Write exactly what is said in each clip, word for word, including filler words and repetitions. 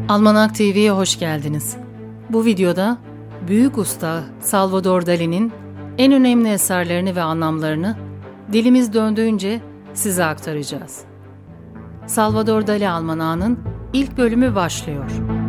Almanak T V'ye hoş geldiniz. Bu videoda büyük usta Salvador Dali'nin en önemli eserlerini ve anlamlarını dilimiz döndüğünce size aktaracağız. Salvador Dali Almanağı'nın ilk bölümü başlıyor.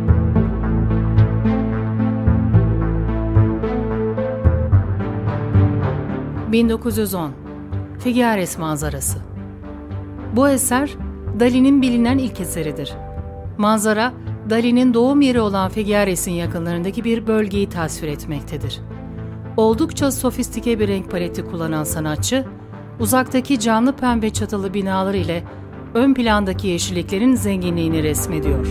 bin dokuz yüz on Figueres Manzarası. Bu eser Dali'nin bilinen ilk eseridir. Manzara, Dali'nin doğum yeri olan Figueres'in yakınlarındaki bir bölgeyi tasvir etmektedir. Oldukça sofistike bir renk paleti kullanan sanatçı, uzaktaki canlı pembe çatılı binalar ile ön plandaki yeşilliklerin zenginliğini resmediyor.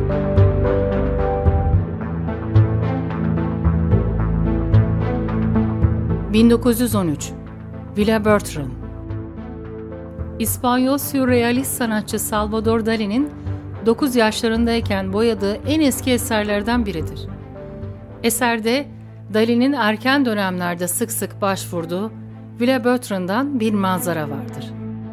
bin dokuz yüz on üç Villa Bertrand. İspanyol sürrealist sanatçı Salvador Dali'nin dokuz yaşlarındayken boyadığı en eski eserlerden biridir. Eserde Dali'nin erken dönemlerde sık sık başvurduğu Villa Bertrand'dan bir manzara vardır.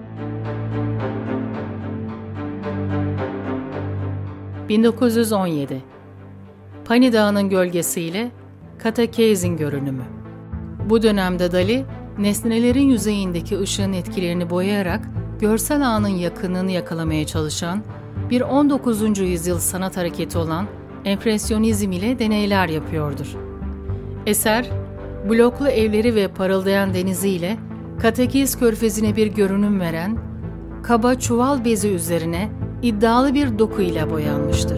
bin dokuz yüz on yedi Pani Dağı'nın gölgesiyle Catacais'in görünümü. Bu dönemde Dali, nesnelerin yüzeyindeki ışığın etkilerini boyayarak görsel anın yakınlığını yakalamaya çalışan bir on dokuzuncu yüzyıl sanat hareketi olan empresyonizm ile deneyler yapıyordur. Eser, bloklu evleri ve parıldayan deniziyle Catacais körfezine bir görünüm veren, kaba çuval bezi üzerine iddialı bir doku ile boyanmıştır.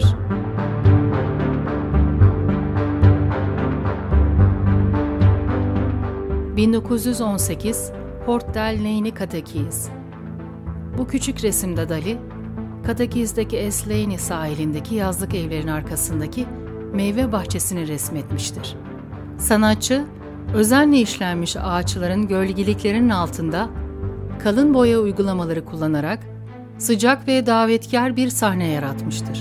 bin dokuz yüz on sekiz Port del Leyni Catacais. Bu küçük resimde Dali, Catacais'teki Esleyni sahilindeki yazlık evlerin arkasındaki meyve bahçesini resmetmiştir. Sanatçı, özenle işlenmiş ağaçların gölgeliklerinin altında kalın boya uygulamaları kullanarak sıcak ve davetkar bir sahne yaratmıştır.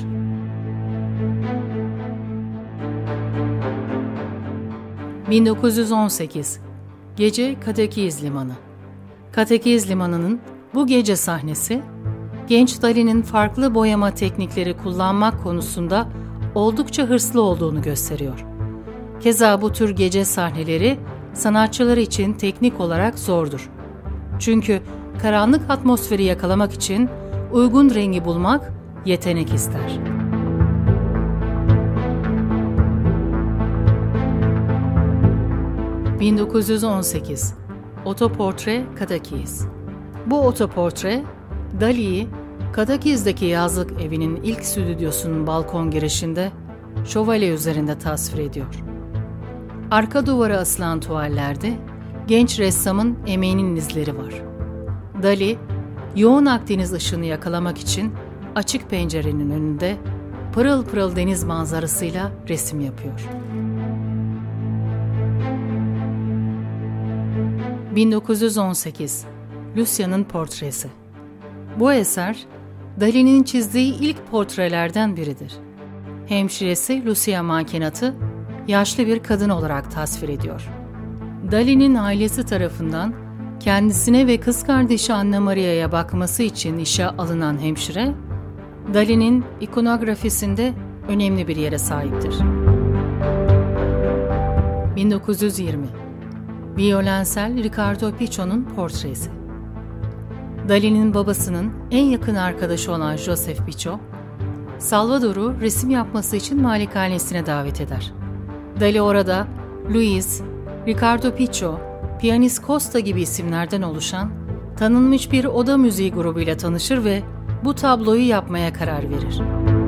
bin dokuz yüz on sekiz Gece Catacais Limanı. Catacais Limanı'nın bu gece sahnesi, genç Dali'nin farklı boyama teknikleri kullanmak konusunda oldukça hırslı olduğunu gösteriyor. Keza bu tür gece sahneleri sanatçılar için teknik olarak zordur. Çünkü karanlık atmosferi yakalamak için uygun rengi bulmak yetenek ister. bin dokuz yüz on sekiz Otoportre Catacais. Bu otoportre, Dali'yi Catacais'deki yazlık evinin ilk stüdyosunun balkon girişinde şövalye üzerinde tasvir ediyor. Arka duvara asılan tuvallerde genç ressamın emeğinin izleri var. Dali, yoğun Akdeniz ışığını yakalamak için açık pencerenin önünde pırıl pırıl deniz manzarasıyla resim yapıyor. bin dokuz yüz on sekiz Lucia'nın portresi. Bu eser, Dali'nin çizdiği ilk portrelerden biridir. Hemşiresi Lucia mankenatı, yaşlı bir kadın olarak tasvir ediyor. Dali'nin ailesi tarafından kendisine ve kız kardeşi Anna Maria'ya bakması için işe alınan hemşire, Dali'nin ikonografisinde önemli bir yere sahiptir. bin dokuz yüz yirmi Violensel Riccardo Picco'nun portresi. Dali'nin babasının en yakın arkadaşı olan Joseph Picco, Salvador'u resim yapması için malikanesine davet eder. Dali orada Luis, Riccardo Picco, piyanist Costa gibi isimlerden oluşan tanınmış bir oda müziği grubuyla tanışır ve bu tabloyu yapmaya karar verir.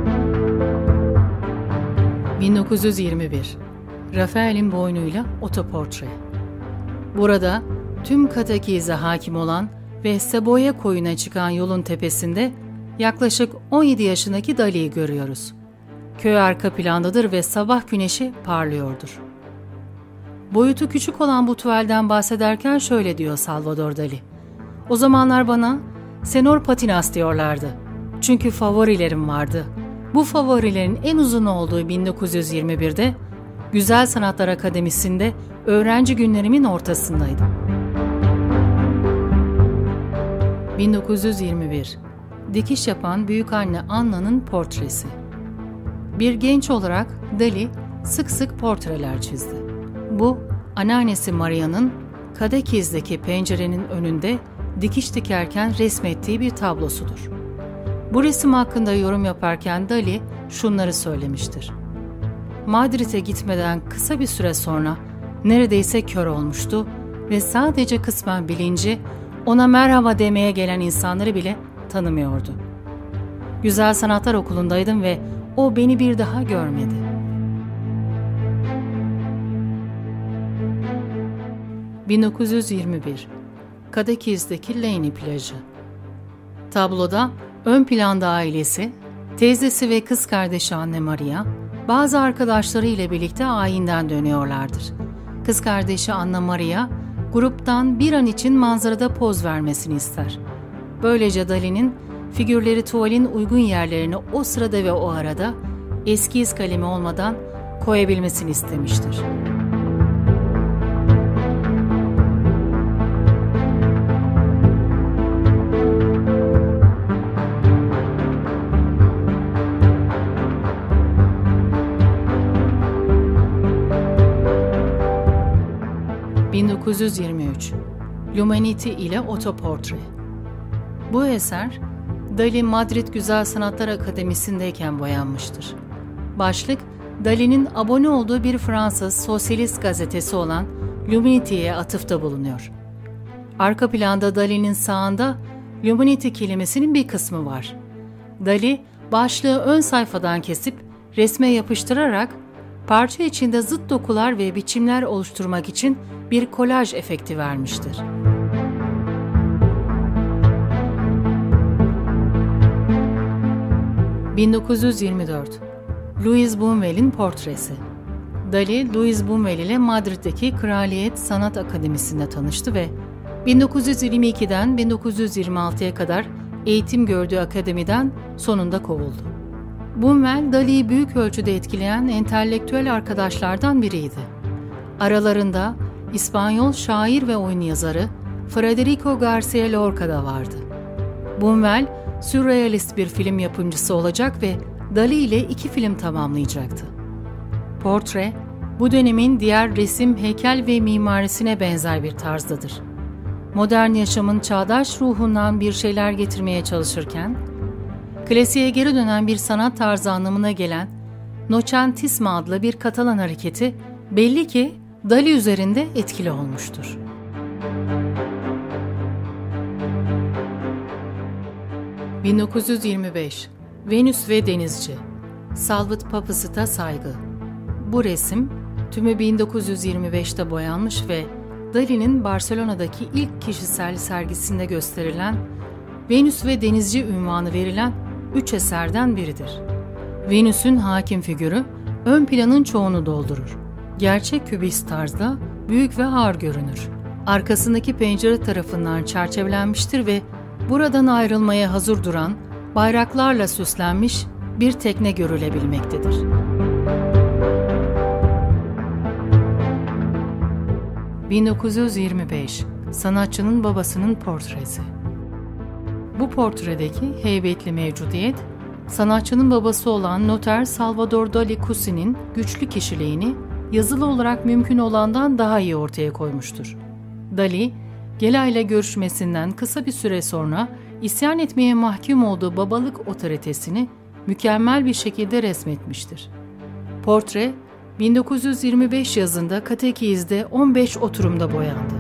bin dokuz yüz yirmi bir Rafael'in boynuyla otoportre. Burada tüm Catacais'e hakim olan ve Seboya koyuna çıkan yolun tepesinde yaklaşık on yedi yaşındaki Dali'yi görüyoruz. Köy arka plandadır ve sabah güneşi parlıyordur. Boyutu küçük olan bu tuvalden bahsederken şöyle diyor Salvador Dali. O zamanlar bana Senor Patinas diyorlardı. Çünkü favorilerim vardı. Bu favorilerin en uzun olduğu bin dokuz yüz yirmi birde Güzel Sanatlar Akademisi'nde öğrenci günlerimin ortasındaydım. bin dokuz yüz yirmi bir Dikiş yapan büyükanne Anna'nın portresi. Bir genç olarak Dali sık sık portreler çizdi. Bu, anneannesi Maria'nın Kadekiz'deki pencerenin önünde dikiş dikerken resmettiği bir tablosudur. Bu resim hakkında yorum yaparken Dali şunları söylemiştir. Madrid'e gitmeden kısa bir süre sonra neredeyse kör olmuştu ve sadece kısmen bilinci ona merhaba demeye gelen insanları bile tanımıyordu. Güzel Sanatlar Okulu'ndaydım ve o beni bir daha görmedi. bin dokuz yüz yirmi bir Kadekiz'deki Leyni plajı. Tabloda ön planda ailesi, teyzesi ve kız kardeşi Anne Maria, bazı arkadaşları ile birlikte ayinden dönüyorlardır. Kız kardeşi Anna Maria, gruptan bir an için manzarada poz vermesini ister. Böylece Dali'nin figürleri tuvalin uygun yerlerine o sırada ve o arada eskiz kalemi olmadan koyabilmesini istemiştir. bin dokuz yüz yirmi üç L'Humanité ile Otoportre. Bu eser, Dali Madrid Güzel Sanatlar Akademisi'ndeyken boyanmıştır. Başlık, Dali'nin abone olduğu bir Fransız sosyalist gazetesi olan L'Humanité'ye atıfta bulunuyor. Arka planda Dali'nin sağında L'Humanité kelimesinin bir kısmı var. Dali, başlığı ön sayfadan kesip resme yapıştırarak parça içinde zıt dokular ve biçimler oluşturmak için bir kolaj efekti vermiştir. bin dokuz yüz yirmi dört Louis Buñuel'in portresi. Dali, Louis Buñuel ile Madrid'deki Kraliyet Sanat Akademisi'nde tanıştı ve bin dokuz yüz yirmi ikiden bin dokuz yüz yirmi altıya kadar eğitim gördüğü akademiden sonunda kovuldu. Buñuel, Dali'yi büyük ölçüde etkileyen entelektüel arkadaşlardan biriydi. Aralarında İspanyol şair ve oyun yazarı Federico García Lorca da vardı. Buñuel, sürrealist bir film yapımcısı olacak ve Dali ile iki film tamamlayacaktı. Portre, bu dönemin diğer resim, heykel ve mimarisine benzer bir tarzdadır. Modern yaşamın çağdaş ruhundan bir şeyler getirmeye çalışırken, klasiğe geri dönen bir sanat tarzı anlamına gelen Noucentisme adlı bir Katalan hareketi belli ki Dali üzerinde etkili olmuştur. bin dokuz yüz yirmi beş Venüs ve Denizci. Salvat Papasıt'a saygı. Bu resim tümü bin dokuz yüz yirmi beşte boyanmış ve Dali'nin Barcelona'daki ilk kişisel sergisinde gösterilen Venüs ve Denizci unvanı verilen üç eserden biridir. Venüs'ün hakim figürü ön planın çoğunu doldurur. Gerçek kübist tarzda büyük ve ağır görünür. Arkasındaki pencere tarafından çerçevelenmiştir ve buradan ayrılmaya hazır duran, bayraklarla süslenmiş bir tekne görülebilmektedir. bin dokuz yüz yirmi beş Sanatçının babasının portresi. Bu portredeki heybetli mevcudiyet, sanatçının babası olan noter Salvador Dali Cusi'nin güçlü kişiliğini yazılı olarak mümkün olandan daha iyi ortaya koymuştur. Dali, Gela ile görüşmesinden kısa bir süre sonra isyan etmeye mahkum olduğu babalık otoritesini mükemmel bir şekilde resmetmiştir. Portre, bin dokuz yüz yirmi beş yazında Kadekiz'de on beş oturumda boyandı.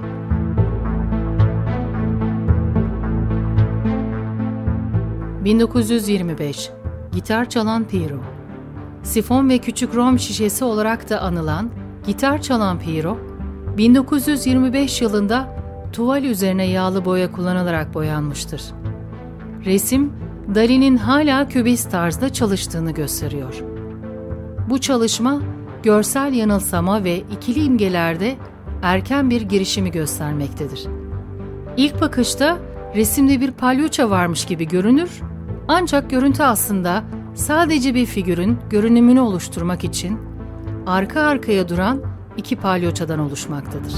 bin dokuz yüz yirmi beş Gitar çalan Piero. Sifon ve küçük rom şişesi olarak da anılan gitar çalan Piero, bin dokuz yüz yirmi beş yılında tuval üzerine yağlı boya kullanılarak boyanmıştır. Resim, Dali'nin hala kübist tarzda çalıştığını gösteriyor. Bu çalışma, görsel yanılsama ve ikili imgelerde erken bir girişimi göstermektedir. İlk bakışta resimde bir palyaço varmış gibi görünür, ancak görüntü aslında sadece bir figürün görünümünü oluşturmak için arka arkaya duran iki palyaçodan oluşmaktadır.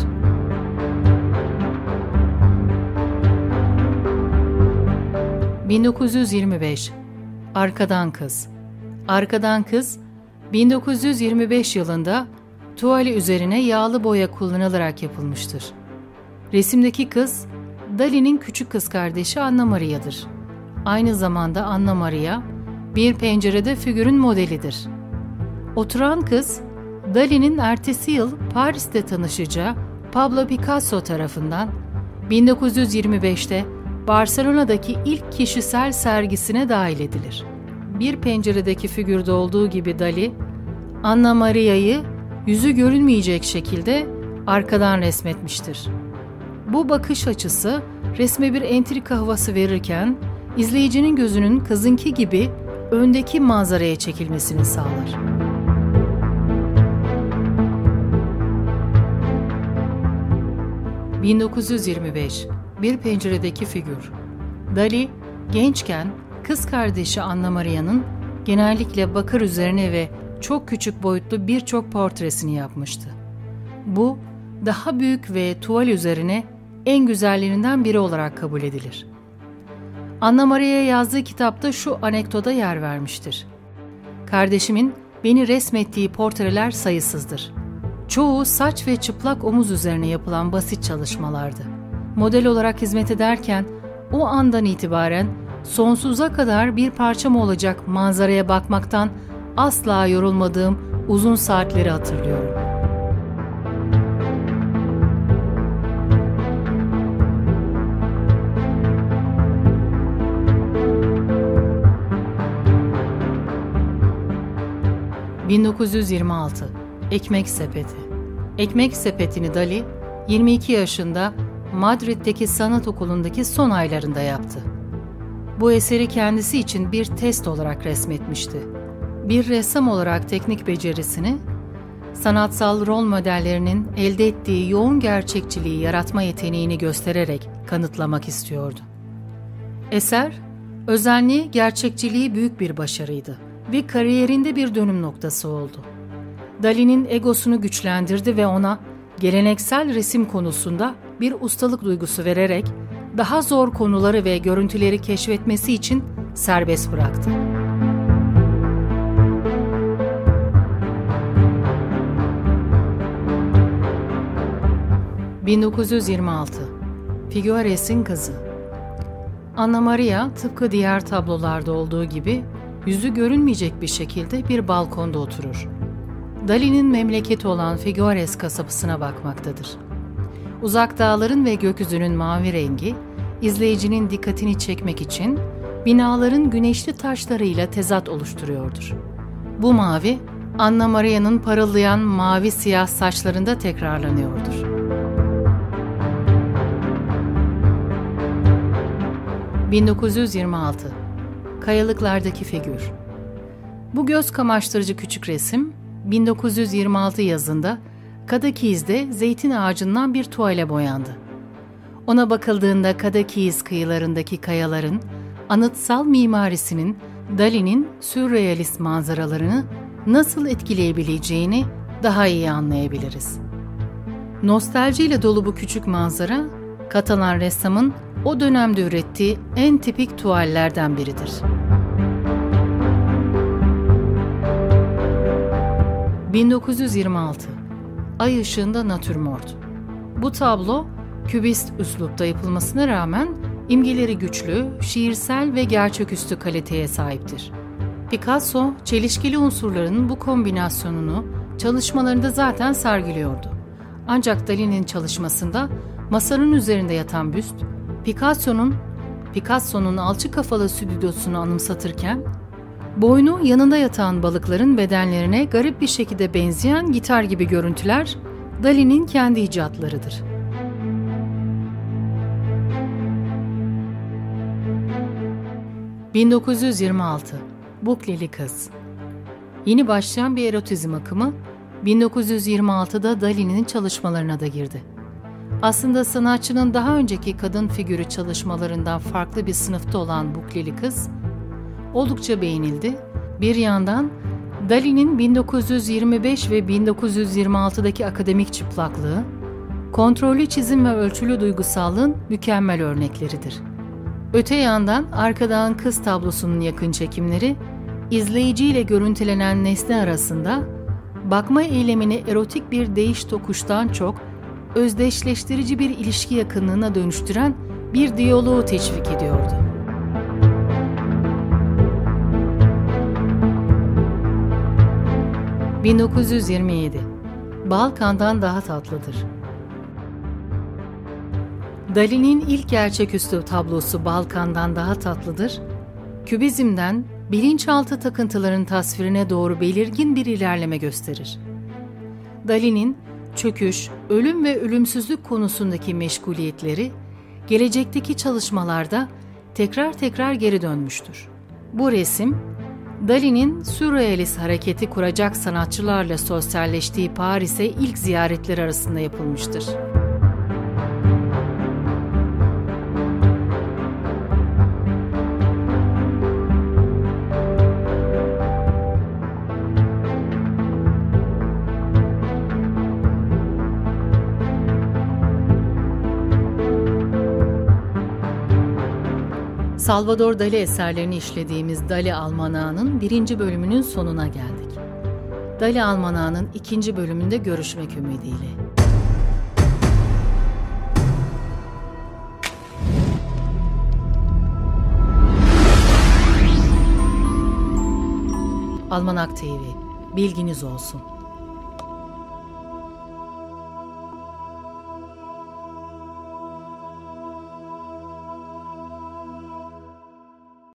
bin dokuz yüz yirmi beş Arkadan Kız. Arkadan Kız, bin dokuz yüz yirmi beş yılında tuvali üzerine yağlı boya kullanılarak yapılmıştır. Resimdeki kız, Dali'nin küçük kız kardeşi Anna Maria'dır. Aynı zamanda Anna Maria, bir pencerede figürün modelidir. Oturan kız, Dali'nin ertesi yıl Paris'te tanışacağı Pablo Picasso tarafından bin dokuz yüz yirmi beşte Barcelona'daki ilk kişisel sergisine dahil edilir. Bir penceredeki figürde olduğu gibi Dali, Anna Maria'yı yüzü görünmeyecek şekilde arkadan resmetmiştir. Bu bakış açısı resme bir entrika havası verirken, izleyicinin gözünün kızınki gibi öndeki manzaraya çekilmesini sağlar. bin dokuz yüz yirmi beş Bir penceredeki figür. Dali, gençken kız kardeşi Anna Maria'nın genellikle bakır üzerine ve çok küçük boyutlu birçok portresini yapmıştı. Bu, daha büyük ve tuval üzerine en güzellerinden biri olarak kabul edilir. Anna Maria'ya yazdığı kitapta şu anekdota yer vermiştir. Kardeşimin beni resmettiği portreler sayısızdır. Çoğu saç ve çıplak omuz üzerine yapılan basit çalışmalardı. Model olarak hizmet ederken o andan itibaren sonsuza kadar bir parçam olacak manzaraya bakmaktan asla yorulmadığım uzun saatleri hatırlıyorum. bin dokuz yüz yirmi altı Ekmek Sepeti. Ekmek Sepeti'ni Dali, yirmi iki yaşında Madrid'deki sanat okulundaki son aylarında yaptı. Bu eseri kendisi için bir test olarak resmetmişti. Bir ressam olarak teknik becerisini, sanatsal rol modellerinin elde ettiği yoğun gerçekçiliği yaratma yeteneğini göstererek kanıtlamak istiyordu. Eser, özenli, gerçekçiliği büyük bir başarıydı ve kariyerinde bir dönüm noktası oldu. Dali'nin egosunu güçlendirdi ve ona geleneksel resim konusunda bir ustalık duygusu vererek daha zor konuları ve görüntüleri keşfetmesi için serbest bıraktı. bin dokuz yüz yirmi altı Figueres'in Kızı. Anna Maria tıpkı diğer tablolarda olduğu gibi yüzü görünmeyecek bir şekilde bir balkonda oturur. Dali'nin memleketi olan Figueres kasabasına bakmaktadır. Uzak dağların ve gökyüzünün mavi rengi, izleyicinin dikkatini çekmek için binaların güneşli taşlarıyla tezat oluşturuyordur. Bu mavi, Anna Maria'nın parıldayan mavi siyah saçlarında tekrarlanıyordur. bin dokuz yüz yirmi altı Kayalıklardaki Figür. Bu göz kamaştırıcı küçük resim, bin dokuz yüz yirmi altı yazında Kadakiiz'de zeytin ağacından bir tuvale boyandı. Ona bakıldığında Kadakiiz kıyılarındaki kayaların, anıtsal mimarisinin Dali'nin sürrealist manzaralarını nasıl etkileyebileceğini daha iyi anlayabiliriz. Nostaljiyle dolu bu küçük manzara, Katalan ressamın o dönemde ürettiği en tipik tuvallerden biridir. bin dokuz yüz yirmi altı Ay ışığında natürmort. Bu tablo, kübist üslupta yapılmasına rağmen imgeleri güçlü, şiirsel ve gerçeküstü kaliteye sahiptir. Picasso, çelişkili unsurların bu kombinasyonunu çalışmalarında zaten sergiliyordu. Ancak Dali'nin çalışmasında masanın üzerinde yatan büst, Picasso'nun Picasso'nun alçı kafalı stüdyosunu anımsatırken, boynu yanında yatan balıkların bedenlerine garip bir şekilde benzeyen gitar gibi görüntüler Dali'nin kendi icatlarıdır. bin dokuz yüz yirmi altı Bukleli Kız. Yeni başlayan bir erotizm akımı bin dokuz yüz yirmi altıda Dali'nin çalışmalarına da girdi. Aslında sanatçının daha önceki kadın figürü çalışmalarından farklı bir sınıfta olan Bukleli Kız oldukça beğenildi. Bir yandan Dali'nin bin dokuz yüz yirmi beş ve bin dokuz yüz yirmi altıdaki akademik çıplaklığı, kontrollü çizim ve ölçülü duygusallığın mükemmel örnekleridir. Öte yandan arkadan kız tablosunun yakın çekimleri izleyiciyle görüntülenen nesne arasında bakma eylemini erotik bir değiş tokuştan çok özdeşleştirici bir ilişki yakınlığına dönüştüren bir diyaloğu teşvik ediyordu. bin dokuz yüz yirmi yedi Balkan'dan daha tatlıdır. Dali'nin ilk gerçeküstü tablosu Balkan'dan daha tatlıdır, Kübizmden bilinçaltı takıntıların tasvirine doğru belirgin bir ilerleme gösterir. Dali'nin çöküş, ölüm ve ölümsüzlük konusundaki meşguliyetleri, gelecekteki çalışmalarda tekrar tekrar geri dönmüştür. Bu resim, Dali'nin sürrealist hareketi kuracak sanatçılarla sosyalleştiği Paris'e ilk ziyaretler arasında yapılmıştır. Salvador Dali eserlerini işlediğimiz Dali Almanağı'nın birinci bölümünün sonuna geldik. Dali Almanağı'nın ikinci bölümünde görüşmek ümidiyle. Almanak T V, bilginiz olsun.